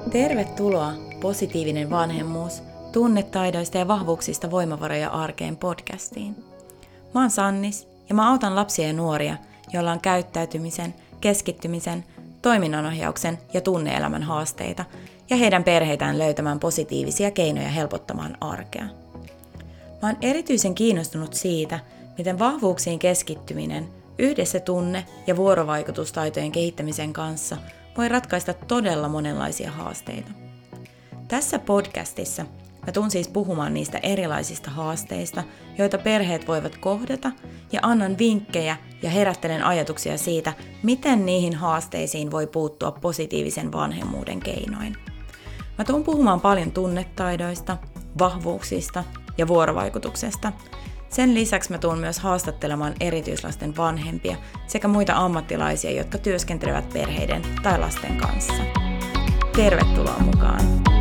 Tervetuloa Positiivinen vanhemmuus, tunnetaidoista ja vahvuuksista voimavaroja arkeen podcastiin. Mä oon Sannis ja mä autan lapsia ja nuoria, joilla on käyttäytymisen, keskittymisen, toiminnanohjauksen ja tunne-elämän haasteita ja heidän perheitään löytämään positiivisia keinoja helpottamaan arkea. Mä oon erityisen kiinnostunut siitä, miten vahvuuksiin keskittyminen yhdessä tunne- ja vuorovaikutustaitojen kehittämisen kanssa voi ratkaista todella monenlaisia haasteita. Tässä podcastissa mä tuun siis puhumaan niistä erilaisista haasteista, joita perheet voivat kohdata, ja annan vinkkejä ja herättelen ajatuksia siitä, miten niihin haasteisiin voi puuttua positiivisen vanhemmuuden keinoin. Mä tuun puhumaan paljon tunnetaidoista, vahvuuksista ja vuorovaikutuksesta. Sen lisäksi mä tuun myös haastattelemaan erityislasten vanhempia sekä muita ammattilaisia, jotka työskentelevät perheiden tai lasten kanssa. Tervetuloa mukaan!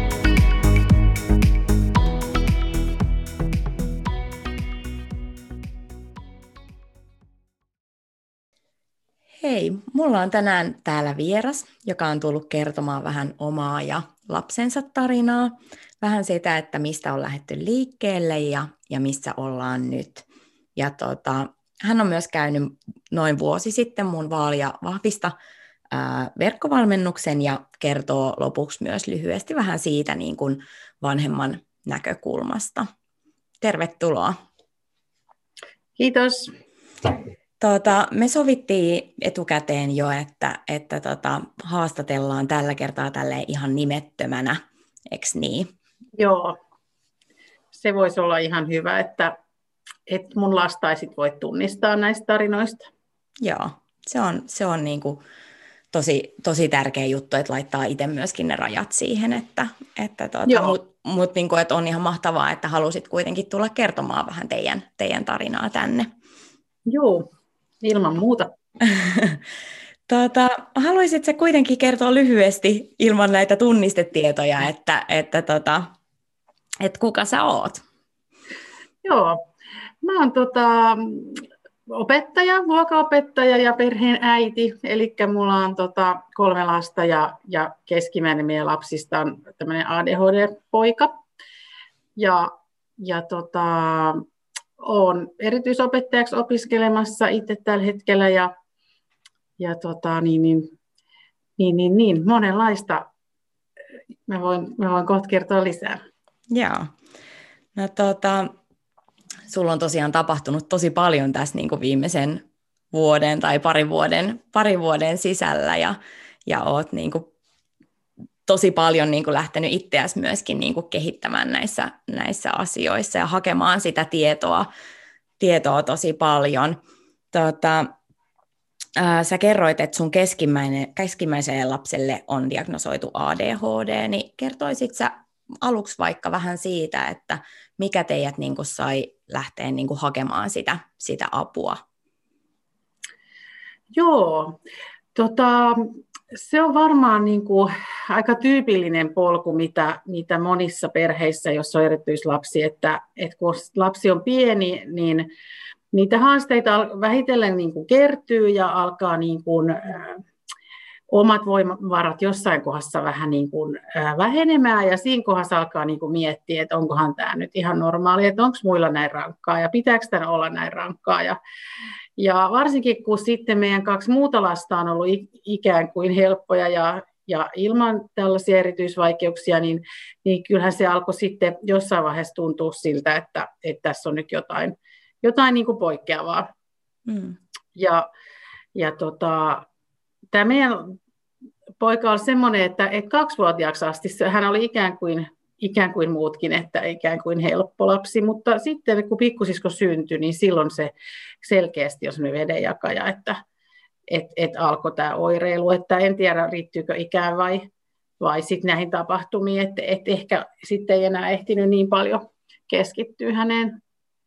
Hei, mulla on tänään täällä vieras, joka on tullut kertomaan vähän omaa ja lapsensa tarinaa. Vähän sitä, että mistä on lähdetty liikkeelle ja missä ollaan nyt. Ja hän on myös käynyt noin vuosi sitten mun Vaali ja vahvista verkkovalmennuksen ja kertoo lopuksi myös lyhyesti vähän siitä niin kuin vanhemman näkökulmasta. Tervetuloa. Kiitos. Me sovittiin etukäteen jo, että haastatellaan tällä kertaa tälleen ihan nimettömänä, eikö niin? Joo, se voisi olla ihan hyvä, että mun lastaisit voi tunnistaa näistä tarinoista. Joo, se on niin kuin tosi tärkeä juttu, että laittaa itse myöskin ne rajat siihen, mutta niin kuin, että on ihan mahtavaa, että halusit kuitenkin tulla kertomaan vähän teidän tarinaa tänne. Joo, ilman muuta. Haluaisitko kuitenkin kertoa lyhyesti ilman näitä tunnistetietoja, että kuka sä oot? Joo, mä oon opettaja, luokanopettaja ja perheen äiti, eli mulla on 3 lasta ja keskimmäinen meidän lapsista on tämmöinen ADHD-poika. Ja oon erityisopettajaksi opiskelemassa itse tällä hetkellä ja monenlaista. Mä voin kohta kertoa lisää. Joo. No sulla on tosiaan tapahtunut tosi paljon tässä niin kuin viimeisen vuoden tai parin vuoden sisällä ja oot niin kuin tosi paljon niin kuin lähtenyt itseäsi myöskin niin kuin kehittämään näissä asioissa ja hakemaan sitä tietoa tosi paljon. Sä kerroit, että sun keskimmäiselle lapselle on diagnosoitu ADHD, niin kertoisit sä aluksi vaikka vähän siitä, että mikä teidät niin kuin sai lähteä niin kuin hakemaan sitä apua? Joo, se on varmaan niin kuin aika tyypillinen polku, mitä monissa perheissä, jos on erityislapsi, että kun lapsi on pieni, niin niitä haasteita vähitellen niin kuin kertyy ja alkaa niin kuin, omat voimavarat jossain kohdassa vähän niin kuin vähenemään ja siinä kohdassa alkaa niin kuin miettiä, että onkohan tämä nyt ihan normaali, että onko muilla näin rankkaa ja pitääkö tämän olla näin rankkaa. Ja varsinkin kun sitten meidän 2 muuta lasta on ollut ikään kuin helppoja ja ilman tällaisia erityisvaikeuksia, niin kyllähän se alkoi sitten jossain vaiheessa tuntua siltä, että tässä on nyt jotain niin kuin poikkeavaa. Tämä meidän poika oli semmoinen, että 2-vuotiaaksi asti hän oli ikään kuin muutkin, että ikään kuin helppo lapsi, mutta sitten kun pikkusisko syntyi, niin silloin se selkeästi on semmoinen vedenjakaja, että alkoi tämä oireilu, että en tiedä riittyykö ikään vai sitten näihin tapahtumiin, että ehkä sitten ei enää ehtinyt niin paljon keskittyä häneen.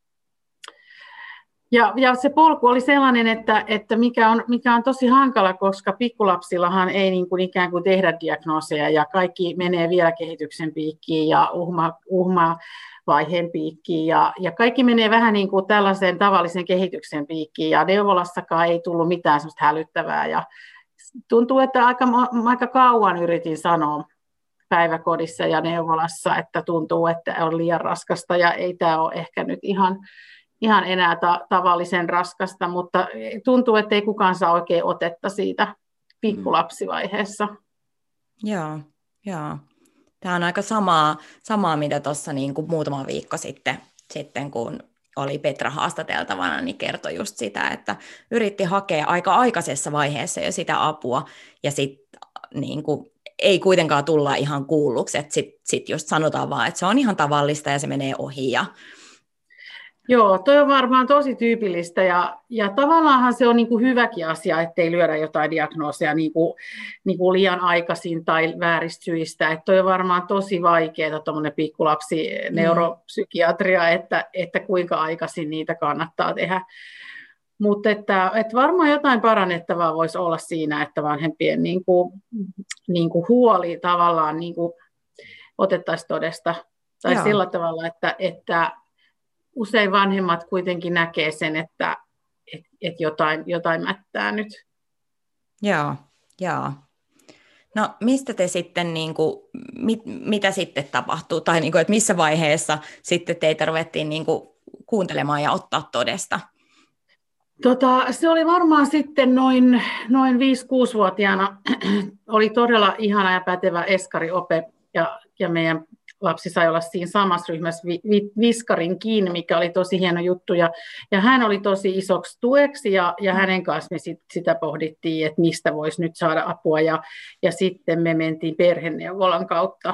Ja se polku oli sellainen, että mikä on tosi hankala, koska pikkulapsillahan ei niin kuin ikään kuin tehdä diagnooseja ja kaikki menee vielä kehityksen piikkiin ja uhmavaiheen piikkiin ja kaikki menee vähän niin kuin tällaisen tavallisen kehityksen piikkiin ja neuvolassakaan ei tullut mitään sellaista hälyttävää ja tuntuu, että aika kauan yritin sanoa päiväkodissa ja neuvolassa, että tuntuu, että on liian raskasta ja ei tämä ole ehkä nyt ihan enää tavallisen raskasta, mutta tuntuu, että ei kukaan saa oikein otetta siitä pikkulapsivaiheessa. Joo. Tämä on aika samaa mitä tuossa niin kuin muutama viikko sitten, kun oli Petra haastateltavana, niin kertoi just sitä, että yritti hakea aika aikaisessa vaiheessa jo sitä apua, ja sitten niin kuin ei kuitenkaan tulla ihan kuulluksi, että sit just sanotaan vaan, että se on ihan tavallista ja se menee ohi. Joo, toi on varmaan tosi tyypillistä ja tavallaanhan se on niin kuin hyväkin asia, ettei lyödä jotain diagnooseja niin kuin liian aikaisin tai vääristä syistä. Että toi on varmaan tosi vaikeaa tuommoinen pikkulapsi neuropsykiatria, että kuinka aikaisin niitä kannattaa tehdä. Mutta että varmaan jotain parannettavaa voisi olla siinä, että vanhempien niin kuin huoli tavallaan niin kuin otettaisiin todesta. Tai sillä tavalla, että usein vanhemmat kuitenkin näkee sen, että jotain mättää nyt. Joo. No mistä te sitten, niin kuin, mitä sitten tapahtuu? Tai niin kuin, että missä vaiheessa sitten teitä ruvettiin niin kuin kuuntelemaan ja ottaa todesta? Se oli varmaan sitten noin 5-6-vuotiaana. Oli todella ihana ja pätevä eskariope ja meidän lapsi sai olla siinä samassa ryhmässä viskarin kiinni, mikä oli tosi hieno juttu. Ja hän oli tosi isoksi tueksi ja hänen kanssa me sitä pohdittiin, että mistä voisi nyt saada apua. Ja sitten me mentiin perheneuvolan kautta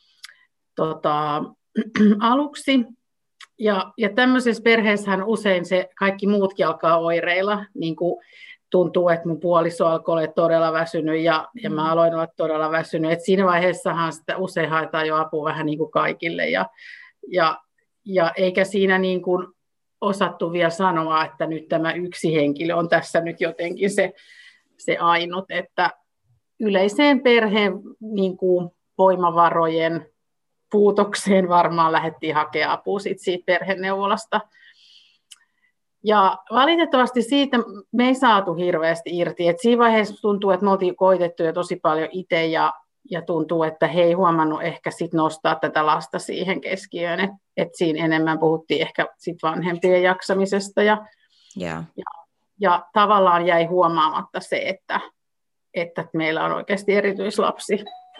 aluksi. Ja tämmöisessä perheessähän usein se kaikki muutkin alkaa oireilla, niin kuin tuntuu, että mun puoliso alkoi olla todella väsynyt ja mä aloin olla todella väsynyt. Et siinä vaiheessahan sitä usein haetaan jo apua vähän niin kuin kaikille ja eikä siinä niin kuin osattu vielä sanoa, että nyt tämä yksi henkilö on tässä nyt jotenkin se ainut, että yleiseen perheen niin kuin voimavarojen puutokseen varmaan lähdettiin hakemaan apua siitä perheneuvolasta. Ja valitettavasti siitä me ei saatu hirveästi irti. Et siinä vaiheessa tuntuu, että me oltiin koitettu jo tosi paljon itse ja tuntuu, että he ei huomannut ehkä sit nostaa tätä lasta siihen keskiöön. Et siinä enemmän puhuttiin ehkä sit vanhempien jaksamisesta ja tavallaan jäi huomaamatta se, että meillä on oikeasti erityislapsi.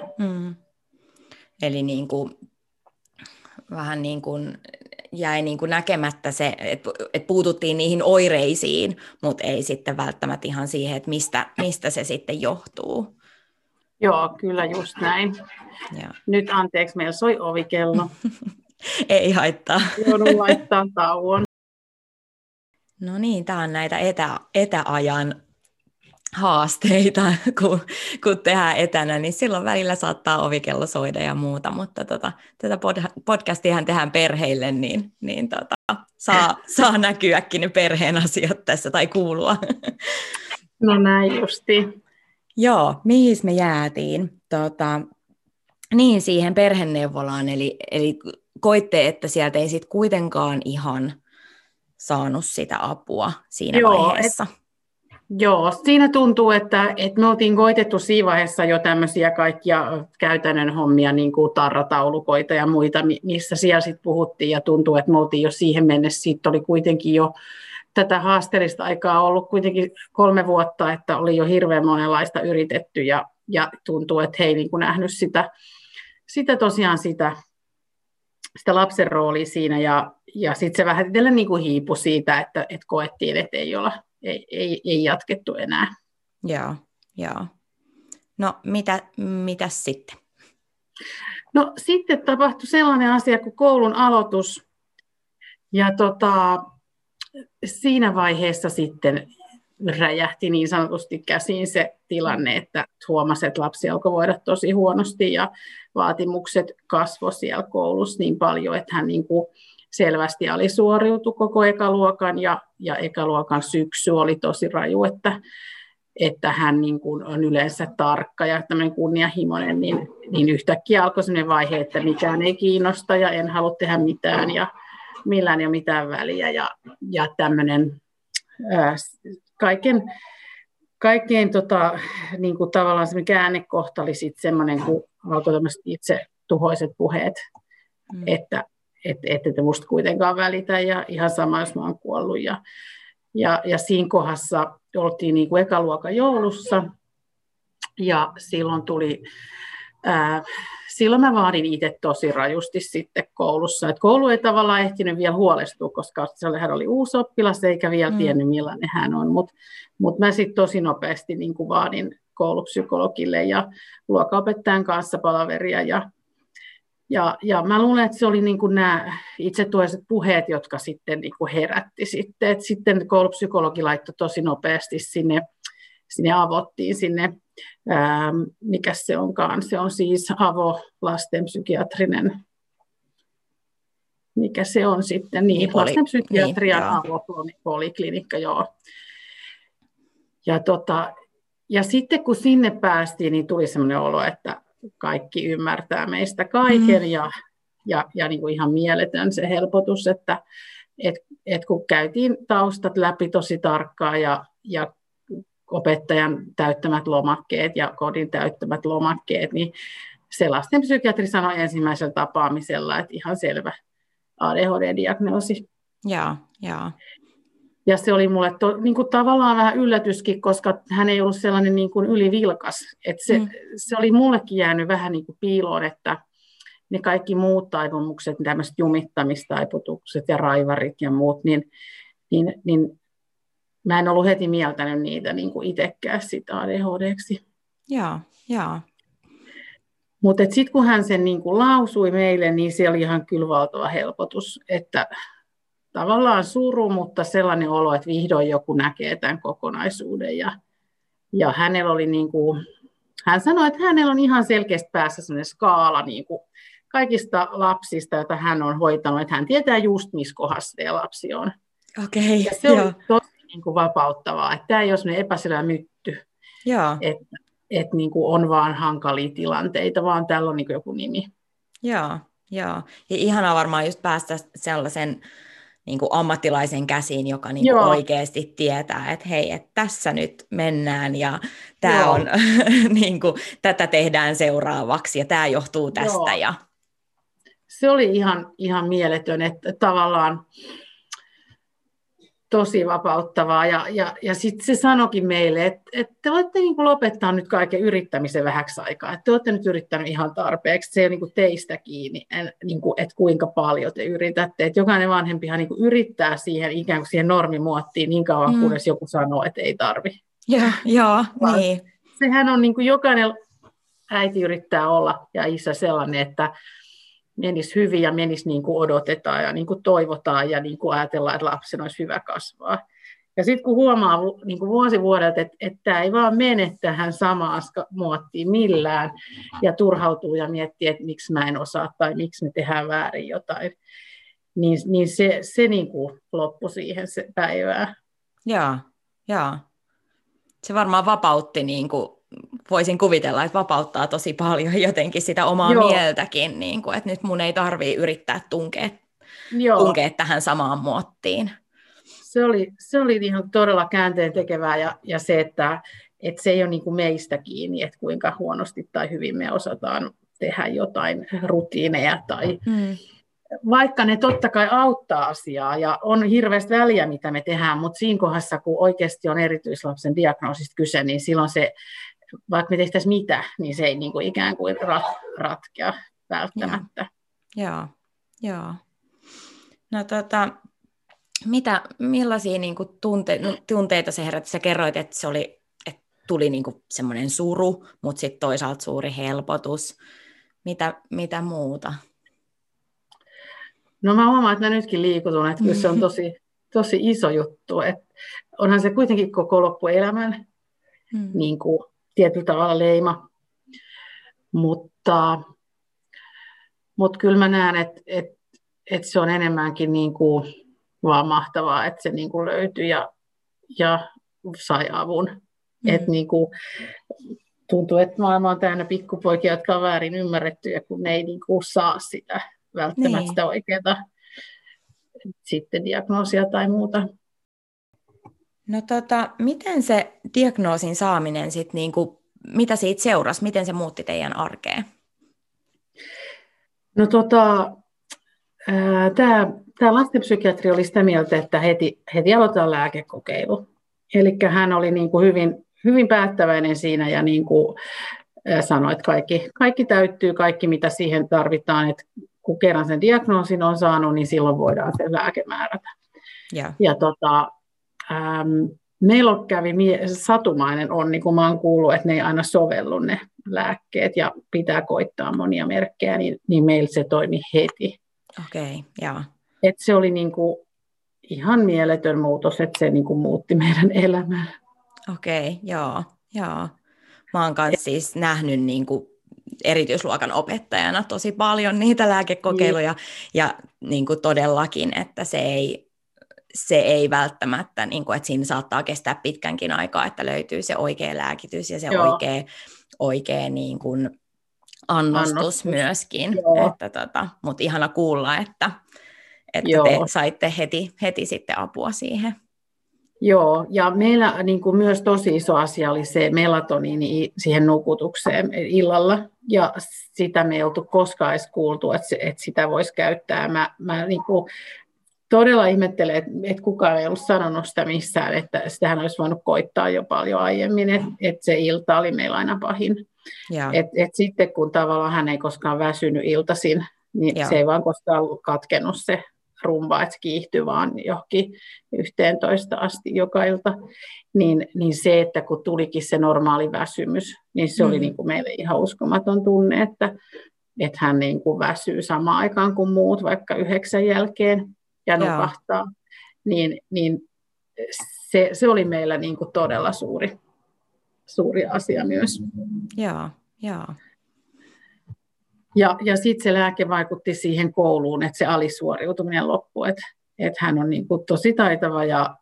Eli niin kuin, vähän niin kuin jäi niin kuin näkemättä se, että puututtiin niihin oireisiin, mutta ei sitten välttämättä ihan siihen, että mistä se sitten johtuu. Joo, kyllä just näin. Ja. Nyt anteeksi, meillä soi ovikello. Ei haittaa. Joudun laittaa tauon. No niin, tämä on näitä etäajan haasteita, kun tehdään etänä, niin silloin välillä saattaa ovikello soida ja muuta, mutta tätä podcastiahan tehdään perheille, niin saa näkyäkin ne perheen asiat tässä tai kuulua. No näin justi. Joo, mihin me jäätiin? Niin, siihen perheneuvolaan, eli koitte, että sieltä ei sitten kuitenkaan ihan saanut sitä apua siinä vaiheessa. Joo, siinä tuntuu, että me oltiin koitettu siinä vaiheessa jo tämmöisiä kaikkia käytännön hommia, niin kuin tarrataulukoita ja muita, missä siellä sitten puhuttiin, ja tuntuu, että me oltiin jo siihen mennessä, siitä oli kuitenkin jo tätä haasteellista aikaa ollut kuitenkin 3 vuotta, että oli jo hirveän monenlaista yritetty, ja tuntuu, että he ei niin kuin nähnyt sitä tosiaan sitä lapsen roolia siinä, ja sitten se vähän niin kuin hiipui siitä, että koettiin, että ei jatkettu enää. Joo. No, mitäs sitten? No, sitten tapahtui sellainen asia kuin koulun aloitus. Ja siinä vaiheessa sitten räjähti niin sanotusti käsiin se tilanne, että huomasi, että lapsi alkoi voida tosi huonosti ja vaatimukset kasvoi siellä koulussa niin paljon, että hän niin kuin selvästi alisuoriutui koko ekaluokan ja ekaluokan syksy oli tosi raju, että hän niin kuin on yleensä tarkka ja tämmöinen kunnianhimoinen, niin yhtäkkiä alkoi sellainen vaihe, että mikään ei kiinnosta ja en halua tehdä mitään ja millään ei ole mitään väliä ja tämmöinen kaikkein niin kuin tavallaan semmoinen käännekohta oli sitten semmoinen, kun alkoi tämmöiset itsetuhoiset puheet, että ette musta kuitenkaan välitä ja ihan sama, jos mä oon kuollut. Ja siinä kohdassa oltiin niin kuin ekaluokan joulussa ja silloin mä vaadin itse tosi rajusti sitten koulussa. Et koulu ei tavallaan ehtinyt vielä huolestua, koska hän oli uusi oppilas eikä vielä tiennyt millainen hän on. Mut mä sitten tosi nopeasti niin kuin vaadin koulupsykologille ja luokanopettajan kanssa palaveria. Ja mä luulen, että se oli niin kuin nämä itsetuhoiset puheet, jotka sitten niin kuin herätti sitten. Et sitten koulupsykologi laittoi tosi nopeasti sinne avottiin sinne, mikä se onkaan, se on siis lastenpsykiatrinen, mikä se on sitten, niin lastenpsykiatrian avopoliklinikka, joo. Ja sitten kun sinne päästiin, niin tuli sellainen olo, että kaikki ymmärtää meistä kaiken ja niin kuin ihan mieletön se helpotus, että kun käytiin taustat läpi tosi tarkkaan ja opettajan täyttämät lomakkeet ja kodin täyttämät lomakkeet, niin se lastenpsykiatri sanoi ensimmäisellä tapaamisella, että ihan selvä ADHD-diagnoosi. Jaa. Ja se oli mulle niin kuin tavallaan vähän yllätyskin, koska hän ei ollut sellainen niin kuin ylivilkas. Että se oli mullekin jäänyt vähän niin kuin piiloon, että ne kaikki muut taipumukset, tämmöiset jumittamistaiputukset ja raivarit ja muut, niin mä en ollut heti mieltänyt niitä niin kuin itsekään sitä ADHD:ksi. Jaa. Mutta sitten kun hän sen niin kuin lausui meille, niin se oli ihan kyllä valtava helpotus, että tavallaan suru, mutta sellainen olo, että vihdoin joku näkee tämän kokonaisuuden. Ja hänellä oli niin kuin, hän sanoi, että hänellä on ihan selkeästi päässä sellainen skaala niin kuin kaikista lapsista, joita hän on hoitanut, että hän tietää just missä kohdassa se lapsi on. Okei. Ja se oli tosi niin kuin vapauttavaa, että tämä ei ole sellainen epäselvä mytty, että niin kuin on vaan hankalia tilanteita, vaan tällä on niin kuin joku nimi. Joo. Ja ihanaa varmaan just päästä sellaisen niin kuin ammattilaisen käsiin, joka niin kuin oikeasti tietää, että hei, että tässä nyt mennään ja tämä on, niin kuin, tätä tehdään seuraavaksi ja tämä johtuu tästä. Ja se oli ihan mieletön, että tavallaan tosi vapauttavaa. Ja sitten se sanoikin meille, että te voitte niin kuin lopettaa nyt kaiken yrittämisen vähäksi aikaa. Että te olette nyt yrittänyt ihan tarpeeksi. Se on niin kuin teistä kiinni, niin kuin, että kuinka paljon te yritätte. Että jokainen vanhempihan niin kuin yrittää siihen ikään kuin siihen normimuottiin niin kauan, kunnes joku sanoo, että ei tarvi. Joo, niin. Sehän on niin kuin jokainen äiti yrittää olla ja isä sellainen, että menisi hyvin ja menisi niin kuin odotetaan ja niin kuin toivotaan ja niin kuin ajatellaan, että lapsen olisi hyvä kasvaa. Ja sitten kun huomaa niin kuin vuosi vuodelta, että tämä ei vaan mene tähän samaan muottiin millään ja turhautuu ja miettii, että miksi mä en osaa tai miksi me tehdään väärin jotain, niin se niin kuin loppui siihen se päivään. Joo. Se varmaan vapautti niin kuin voisin kuvitella, että vapauttaa tosi paljon jotenkin sitä omaa mieltäkin, niin kuin, että nyt mun ei tarvitse yrittää tunkea tähän samaan muottiin. Se oli ihan todella käänteen tekevää ja se, että se ei ole niin kuin meistä kiinni, että kuinka huonosti tai hyvin me osataan tehdä jotain rutiineja tai vaikka ne totta kai auttaa asiaa ja on hirveästi väliä, mitä me tehdään, mutta siinä kohdassa, kun oikeasti on erityislapsen diagnoosista kyse, niin silloin se vaikka me tehtäisiin mitä, niin se ei niin kuin ikään kuin ratkea välttämättä. Joo. No millaisia niin kuin tunteita se herätti? Sä kerroit, että tuli niin kuin semmoinen suru, mutta sitten toisaalta suuri helpotus. Mitä muuta? No mä huomaan, että mä nytkin liikutun, että kyllä se on tosi iso juttu. Että onhan se kuitenkin koko loppuelämän niin kuin tietyllä tavalla leima, mutta kyllä mä näen, että se on enemmänkin niin kuin vaan mahtavaa, että se niin kuin löytyi ja sai avun. Että niin kuin tuntuu, että maailma on täynnä pikkupoikia, jotka on väärin ymmärrettyjä, kun ne ei niin kuin saa sitä välttämättä sitä oikeaa sitten diagnoosia tai muuta. No miten se diagnoosin saaminen sitten, niinku, mitä siitä seurasi, miten se muutti teidän arkeen? No tämä lastenpsykiatri oli sitä mieltä, että heti aloitetaan lääkekokeilu. Eli hän oli niin kuin hyvin päättäväinen siinä ja niin kuin sanoi, että kaikki täyttyy, kaikki mitä siihen tarvitaan, että kun kerran sen diagnoosin on saanut, niin silloin voidaan se lääke määrätä. Yeah. Ja meillä kävi satumainen onni, kun mä oon kuullut, että ne ei aina sovellu ne lääkkeet ja pitää koittaa monia merkkejä, niin meillä se toimi heti. Okei, joo. Et se oli niinku ihan mieletön muutos, että se niinku muutti meidän elämää. Okei, joo. Mä oon kanssa siis nähnyt niinku erityisluokan opettajana tosi paljon niitä lääkekokeiluja, ja niinku todellakin, että se ei välttämättä, niinku, että siinä saattaa kestää pitkänkin aikaa, että löytyy se oikea lääkitys ja se oikea niin kuin annostus myöskin. Mutta ihana kuulla, että te saitte heti sitten apua siihen. Joo, ja meillä niin kuin myös tosi iso asia oli se melatoniini siihen nukutukseen illalla, ja sitä me ei oltu koskaan edes kuultu, että sitä voisi käyttää. Mä niin kuin todella ihmettelen, että kukaan ei ollut sanonut sitä missään, että sitähän olisi voinut koittaa jo paljon aiemmin, että se ilta oli meillä aina pahin. Et sitten kun tavallaan hän ei koskaan väsynyt iltaisin, niin se ei vaan koskaan katkennut se rumba, että se kiihtyi vaan johonkin 11 asti joka ilta, niin se, että kun tulikin se normaali väsymys, niin se oli niin kuin meille ihan uskomaton tunne, että hän niin kuin väsyy samaan aikaan kuin muut, vaikka 9 jälkeen ja nukahtaa, niin se oli meillä niin kuin todella suuri asia myös. Joo. Ja sitten se lääke vaikutti siihen kouluun, että se alisuoriutuminen loppui, että hän on niin kuin tosi taitava ja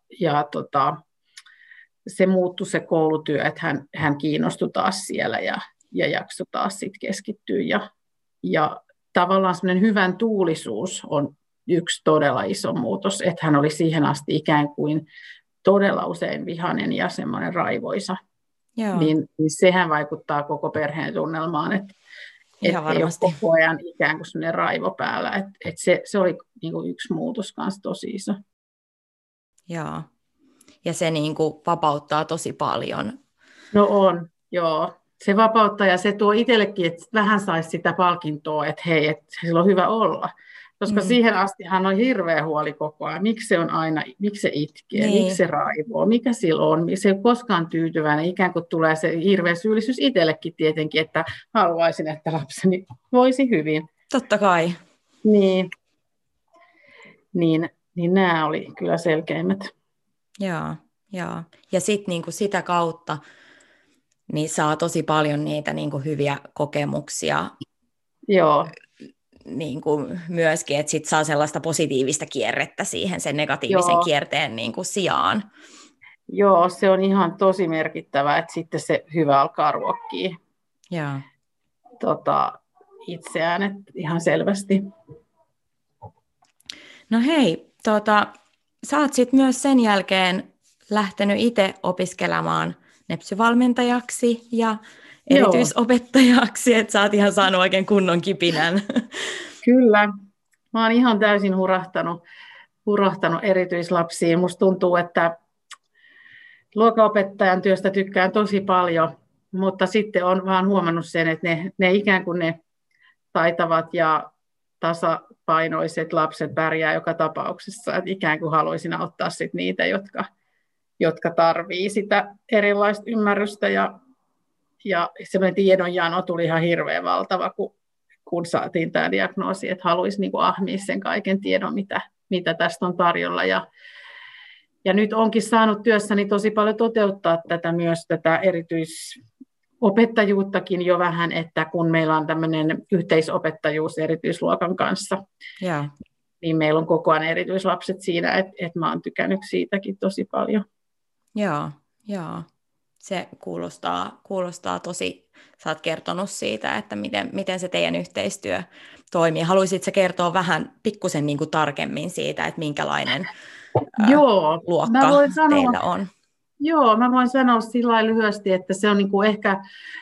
se muuttui se koulutyö, että hän kiinnostui taas siellä ja jaksoi taas sit keskittyä. Ja tavallaan semmoinen hyvän tuulisuus on yksi todella iso muutos, että hän oli siihen asti ikään kuin todella usein vihainen ja semmoinen raivoisa. Niin sehän vaikuttaa koko perheen tunnelmaan, että ei ole koko ajan ikään kuin semmoinen raivo päällä. Se oli niin kuin yksi muutos kanssa tosi iso. Joo. Ja se niin kuin vapauttaa tosi paljon. No on, joo. Se vapauttaa ja se tuo itsellekin, että vähän saisi sitä palkintoa, että hei, että sillä on hyvä olla. Koska siihen asti hän on hirveä huoli koko ajan. Miksi se itkee, miksi se raivoo, mikä sillä on. Se ei ole koskaan tyytyväinen. Ikään kuin tulee se hirveä syyllisyys itsellekin tietenkin, että haluaisin, että lapseni voisi hyvin. Totta kai. Niin nämä oli kyllä selkeimmät. Joo. Ja sitten niinku sitä kautta niin saa tosi paljon niitä niinku hyviä kokemuksia. Joo. Niin kuin myöskin, että sit saa sellaista positiivista kierrettä siihen sen negatiivisen kierteen niin kuin sijaan. Joo, se on ihan tosi merkittävää, että sitten se hyvä alkaa ruokkia itseään, että ihan selvästi. No hei, sä oot sit myös sen jälkeen lähtenyt itse opiskelemaan nepsyvalmentajaksi ja erityisopettajaksi, että sä oot ihan saanut oikein kunnon kipinän. Kyllä. Mä oon ihan täysin hurahtanut erityislapsiin. Musta tuntuu, että luokanopettajan työstä tykkään tosi paljon, mutta sitten on vaan huomannut sen, että ne ikään kuin ne taitavat ja tasapainoiset lapset pärjää joka tapauksessa. Että ikään kuin haluaisin auttaa sit niitä, jotka tarvii sitä erilaista ymmärrystä ja semmoinen tiedonjano tuli ihan hirveän valtava, kun saatiin tämä diagnoosi, että haluaisi niin kuin ahmia sen kaiken tiedon, mitä tästä on tarjolla. Ja nyt onkin saanut työssäni tosi paljon toteuttaa tätä erityisopettajuuttakin jo vähän, että kun meillä on tämmöinen yhteisopettajuus erityisluokan kanssa, niin meillä on koko ajan erityislapset siinä, että mä oon tykännyt siitäkin tosi paljon. Joo. Se kuulostaa tosi, sä oot kertonut siitä, että miten se teidän yhteistyö toimii. Haluaisitko kertoa vähän pikkusen niin kuin tarkemmin siitä, että minkälainen luokka teillä on? Joo, mä voin sanoa sillä lailla lyhyesti, että se on niin kuin ehkä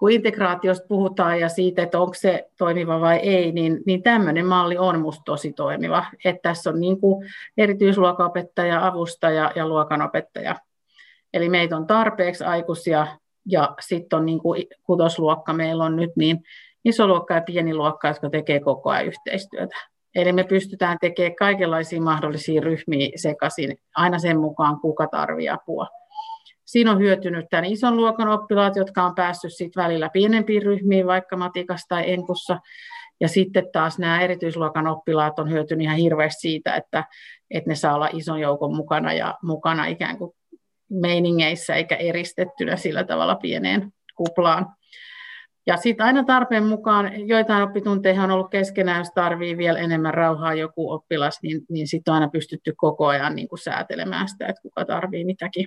kun integraatiosta puhutaan ja siitä, että onko se toimiva vai ei, niin tämmöinen malli on minusta tosi toimiva. Että tässä on niin kuin erityisluokanopettaja, avustaja ja luokanopettaja. Eli meitä on tarpeeksi aikuisia ja sitten on niin kuin kutosluokka. Meillä on nyt niin iso luokka ja pieni luokka, jotka tekee koko ajan yhteistyötä. Eli me pystytään tekemään kaikenlaisia mahdollisia ryhmiä sekaisin aina sen mukaan, kuka tarvitsee apua. Siinä on hyötynyt tämän ison luokan oppilaat, jotka on päässyt sitten välillä pienempiin ryhmiin, vaikka matikassa tai enkussa. Ja sitten taas nämä erityisluokan oppilaat on hyötynyt ihan hirveästi siitä, että ne saa olla ison joukon mukana ja mukana ikään kuin meiningeissä eikä eristettynä sillä tavalla pieneen kuplaan. Ja sitten aina tarpeen mukaan, joitain oppitunteja on ollut keskenään, jos tarvitsee vielä enemmän rauhaa joku oppilas, niin sitten on aina pystytty koko ajan niin kuin säätelemään sitä, että kuka tarvitsee mitäkin.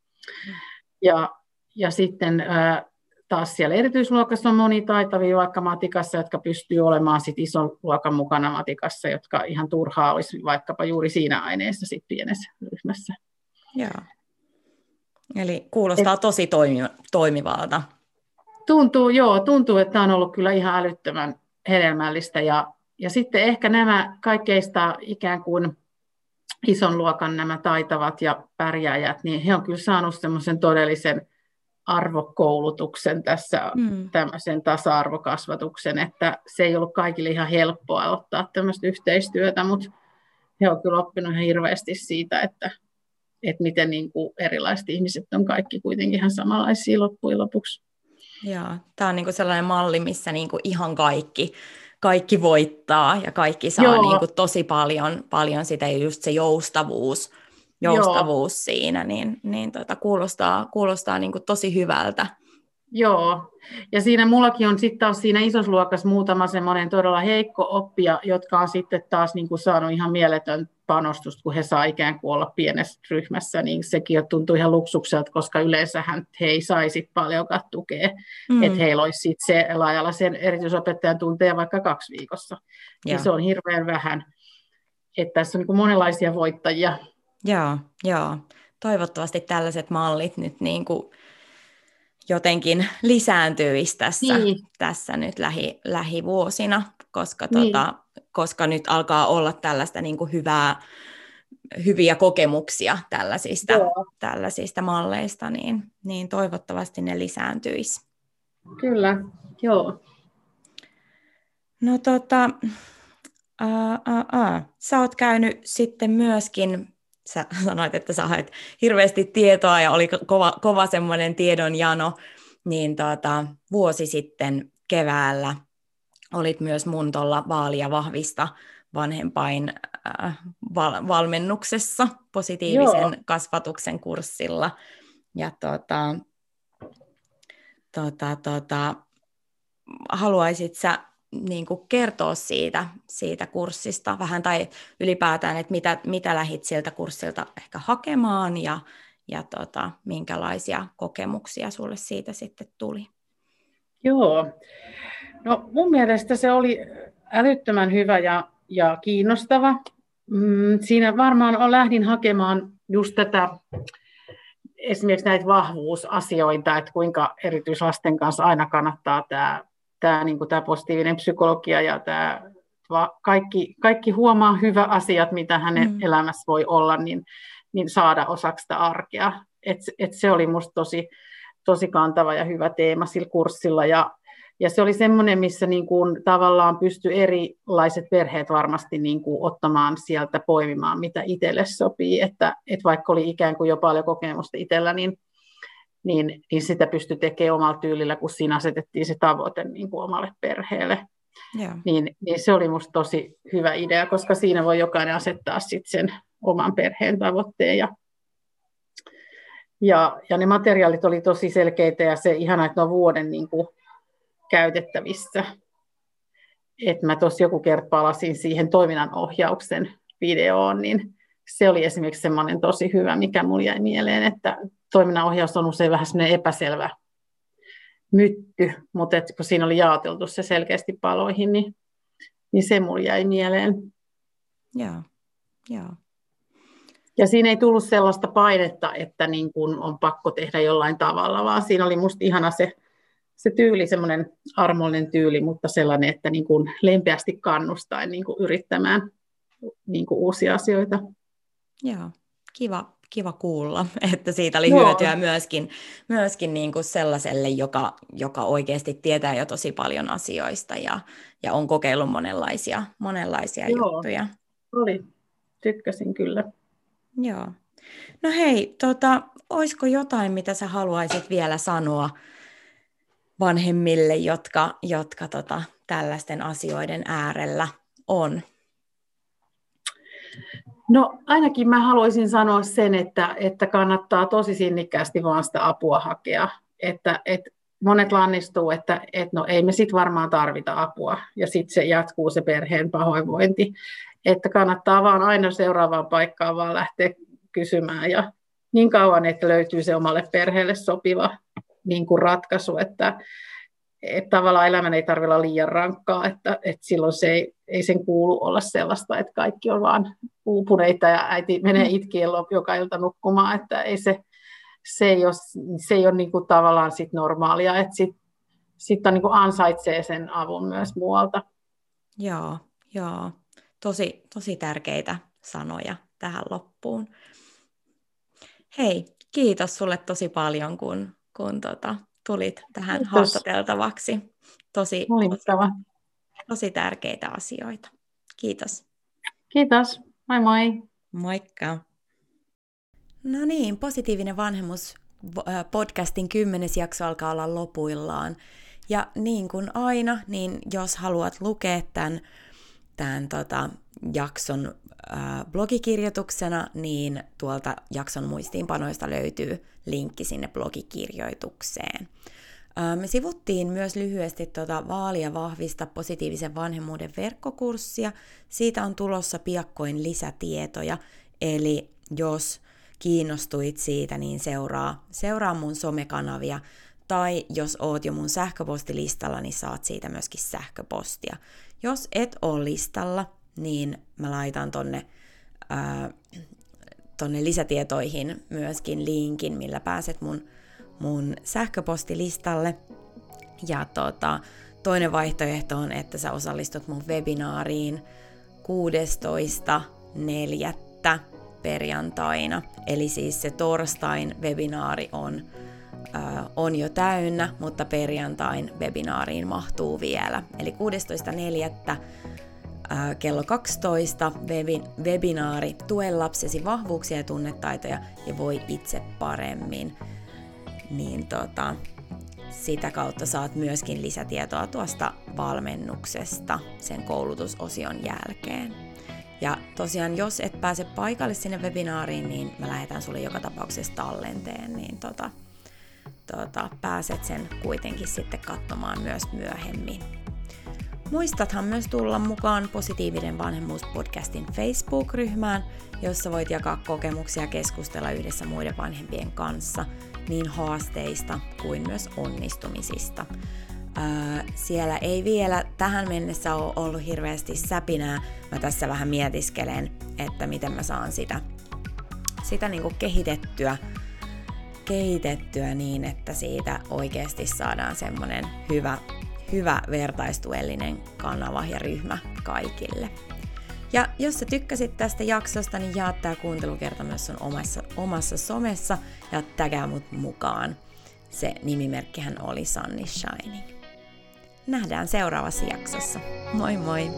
Ja sitten taas siellä erityisluokassa on monitaitavia vaikka matikassa, jotka pystyy olemaan sit ison luokan mukana matikassa, jotka ihan turhaa olisi vaikkapa juuri siinä aineessa sit pienessä ryhmässä. Joo. Eli kuulostaa tosi toimivalta. Tuntuu, että tämä on ollut kyllä ihan älyttömän hedelmällistä. Ja sitten ehkä nämä kaikkeista ikään kuin ison luokan nämä taitavat ja pärjääjät, niin he on kyllä saanut semmoisen todellisen arvokoulutuksen tässä, tämmöisen tasa-arvokasvatuksen, että se ei ollut kaikille ihan helppoa aloittaa tämmöistä yhteistyötä, mutta he on kyllä oppinut ihan hirveästi siitä, että miten niin kuin erilaiset ihmiset on kaikki kuitenkin ihan samanlaisia loppujen lopuksi. Joo, tämä on niin kuin sellainen malli, missä niin kuin ihan kaikki voittaa ja kaikki saa niin kuin tosi paljon sitä, just se joustavuus siinä, niin kuulostaa niin kuin tosi hyvältä. Joo, ja siinä mullakin on sitten taas siinä isossa luokassa muutama semmoinen todella heikko oppija, jotka on sitten taas niin kuin saanut ihan mieletön panostusta, kun he saa ikään kuin olla pienessä ryhmässä, niin sekin tuntuu ihan luksukselta, koska yleensähän he ei saisi paljonkaan tukea, että heillä olisi sitten se laaja-alaisen erityisopettajan tunteja vaikka 2 viikossa, niin se on hirveän vähän, että tässä on niin kuin monenlaisia voittajia. Joo. Toivottavasti tällaiset mallit nyt niin kuin jotenkin lisääntyisi tässä nyt lähivuosina, koska nyt alkaa olla tällaista niin kuin hyviä kokemuksia tällaisista malleista, niin toivottavasti ne lisääntyisi. Kyllä, joo. No sä oot käynyt sitten myöskin, sä sanoit, että sä hait hirveästi tietoa ja oli kova semmoinen tiedonjano, niin vuosi sitten keväällä olit myös mun tuolla Vaali ja vahvista vanhempain valmennuksessa positiivisen kasvatuksen kurssilla. Ja haluaisit sä niin kuin kertoa siitä kurssista vähän, tai ylipäätään, että mitä lähdit sieltä kurssilta ehkä hakemaan, ja minkälaisia kokemuksia sulle siitä sitten tuli? Joo, no mun mielestä se oli älyttömän hyvä ja kiinnostava. Siinä varmaan lähdin hakemaan just tätä, esimerkiksi näitä vahvuusasioita, että kuinka erityislasten kanssa aina kannattaa tämä positiivinen psykologia ja tämä kaikki huomaa hyvä asiat, mitä hänen elämässä voi olla, niin saada osaksi sitä arkea. Et se oli musta tosi kantava ja hyvä teema sillä kurssilla. Ja se oli semmoinen, missä niin kuin tavallaan pystyi erilaiset perheet varmasti niin kuin ottamaan sieltä poimimaan, mitä itselle sopii. Että vaikka oli ikään kuin jo paljon kokemusta itsellä, niin sitä pystyi tekemään omalla tyylillä, kun siinä asetettiin se tavoite niin kuin omalle perheelle. Yeah. Niin se oli musta tosi hyvä idea, koska siinä voi jokainen asettaa sit sen oman perheen tavoitteen. Ja ne materiaalit oli tosi selkeitä ja se ihana, että ne on vuoden niin kuin käytettävissä. Että mä tuossa joku kerta palasin siihen toiminnanohjauksen videoon, niin se oli esimerkiksi semmoinen tosi hyvä, mikä mulle jäi mieleen, että toiminnanohjaus on usein vähän semmoinen epäselvä mytty, mutta kun siinä oli jaoteltu se selkeästi paloihin, niin se mulle jäi mieleen. Joo. Ja siinä ei tullut sellaista painetta, että niin kun on pakko tehdä jollain tavalla, vaan siinä oli musta ihana se se tyyli, semmoinen armollinen tyyli, mutta sellainen, että niin kuin lempeästi kannustain niin kuin yrittämään niin kuin uusia asioita. Joo, kiva kuulla, että siitä oli Joo. hyötyä myöskin niin kuin sellaiselle, joka oikeasti tietää jo tosi paljon asioista ja on kokeillut monenlaisia juttuja. Oli. Tykkäsin kyllä. Joo. No hei, olisiko jotain, mitä sä haluaisit vielä sanoa vanhemmille, jotka tällaisten asioiden äärellä on? No ainakin mä haluaisin sanoa sen, että kannattaa tosi sinnikkäästi vaan sitä apua hakea. Että monet lannistuu, että no ei me sitten varmaan tarvita apua ja sitten se jatkuu se perheen pahoinvointi. Että kannattaa vaan aina seuraavaan paikkaan vaan lähteä kysymään ja niin kauan, että löytyy se omalle perheelle sopiva niin kuin ratkaisu, että tavallaan elämän ei tarvitse olla liian rankkaa, että silloin ei sen kuulu olla sellaista, että kaikki on vaan uupuneita ja äiti menee itkien joka ilta nukkumaan, että se ei ole niin kuin tavallaan sit normaalia, että sitten niin kuin ansaitsee sen avun myös muualta. Joo. Tosi tärkeitä sanoja tähän loppuun. Hei, kiitos sulle tosi paljon, kun tulit tähän haastateltavaksi. Tosi tärkeitä asioita. Kiitos. Kiitos. Moi moi. Moikka. No niin, Positiivinen vanhemmuus podcastin 10. jakso alkaa olla lopuillaan. Ja niin kuin aina, niin jos haluat lukea tämän jakson blogikirjoituksena, niin tuolta jakson muistiinpanoista löytyy linkki sinne blogikirjoitukseen. Me sivuttiin myös lyhyesti Vaali ja vahvista positiivisen vanhemmuuden verkkokurssia. Siitä on tulossa piakkoin lisätietoja, eli jos kiinnostuit siitä, niin seuraa mun somekanavia, tai jos oot jo mun sähköpostilistalla, niin saat siitä myöskin sähköpostia. Jos et ole listalla, niin mä laitan tonne lisätietoihin myöskin linkin, millä pääset mun sähköpostilistalle. Ja toinen vaihtoehto on, että sä osallistut mun webinaariin 16.4. perjantaina. Eli siis se torstain webinaari on jo täynnä, mutta perjantain webinaariin mahtuu vielä. Eli 16.4. kello 12 webinaari Tue lapsesi vahvuuksia ja tunnetaitoja ja voi itse paremmin. Niin sitä kautta saat myöskin lisätietoa tuosta valmennuksesta sen koulutusosion jälkeen. Ja tosiaan, jos et pääse paikalle sinne webinaariin, niin mä lähetän sulle joka tapauksessa tallenteen, niin pääset sen kuitenkin sitten katsomaan myös myöhemmin. Muistathan myös tulla mukaan Positiivinen vanhemmuus podcastin Facebook-ryhmään, jossa voit jakaa kokemuksia ja keskustella yhdessä muiden vanhempien kanssa niin haasteista kuin myös onnistumisista. Siellä ei vielä tähän mennessä ole ollut hirveästi säpinää. Mä tässä vähän mietiskelen, että miten mä saan sitä niin kuin kehitettyä niin, että siitä oikeasti saadaan semmoinen hyvä vertaistuellinen kanava ja ryhmä kaikille. Ja jos sä tykkäsit tästä jaksosta, niin jaa tää kuuntelukerta myös sun omassa somessa ja tägää mut mukaan. Se nimimerkkihän oli Sunny Shining. Nähdään seuraavassa jaksossa. Moi moi!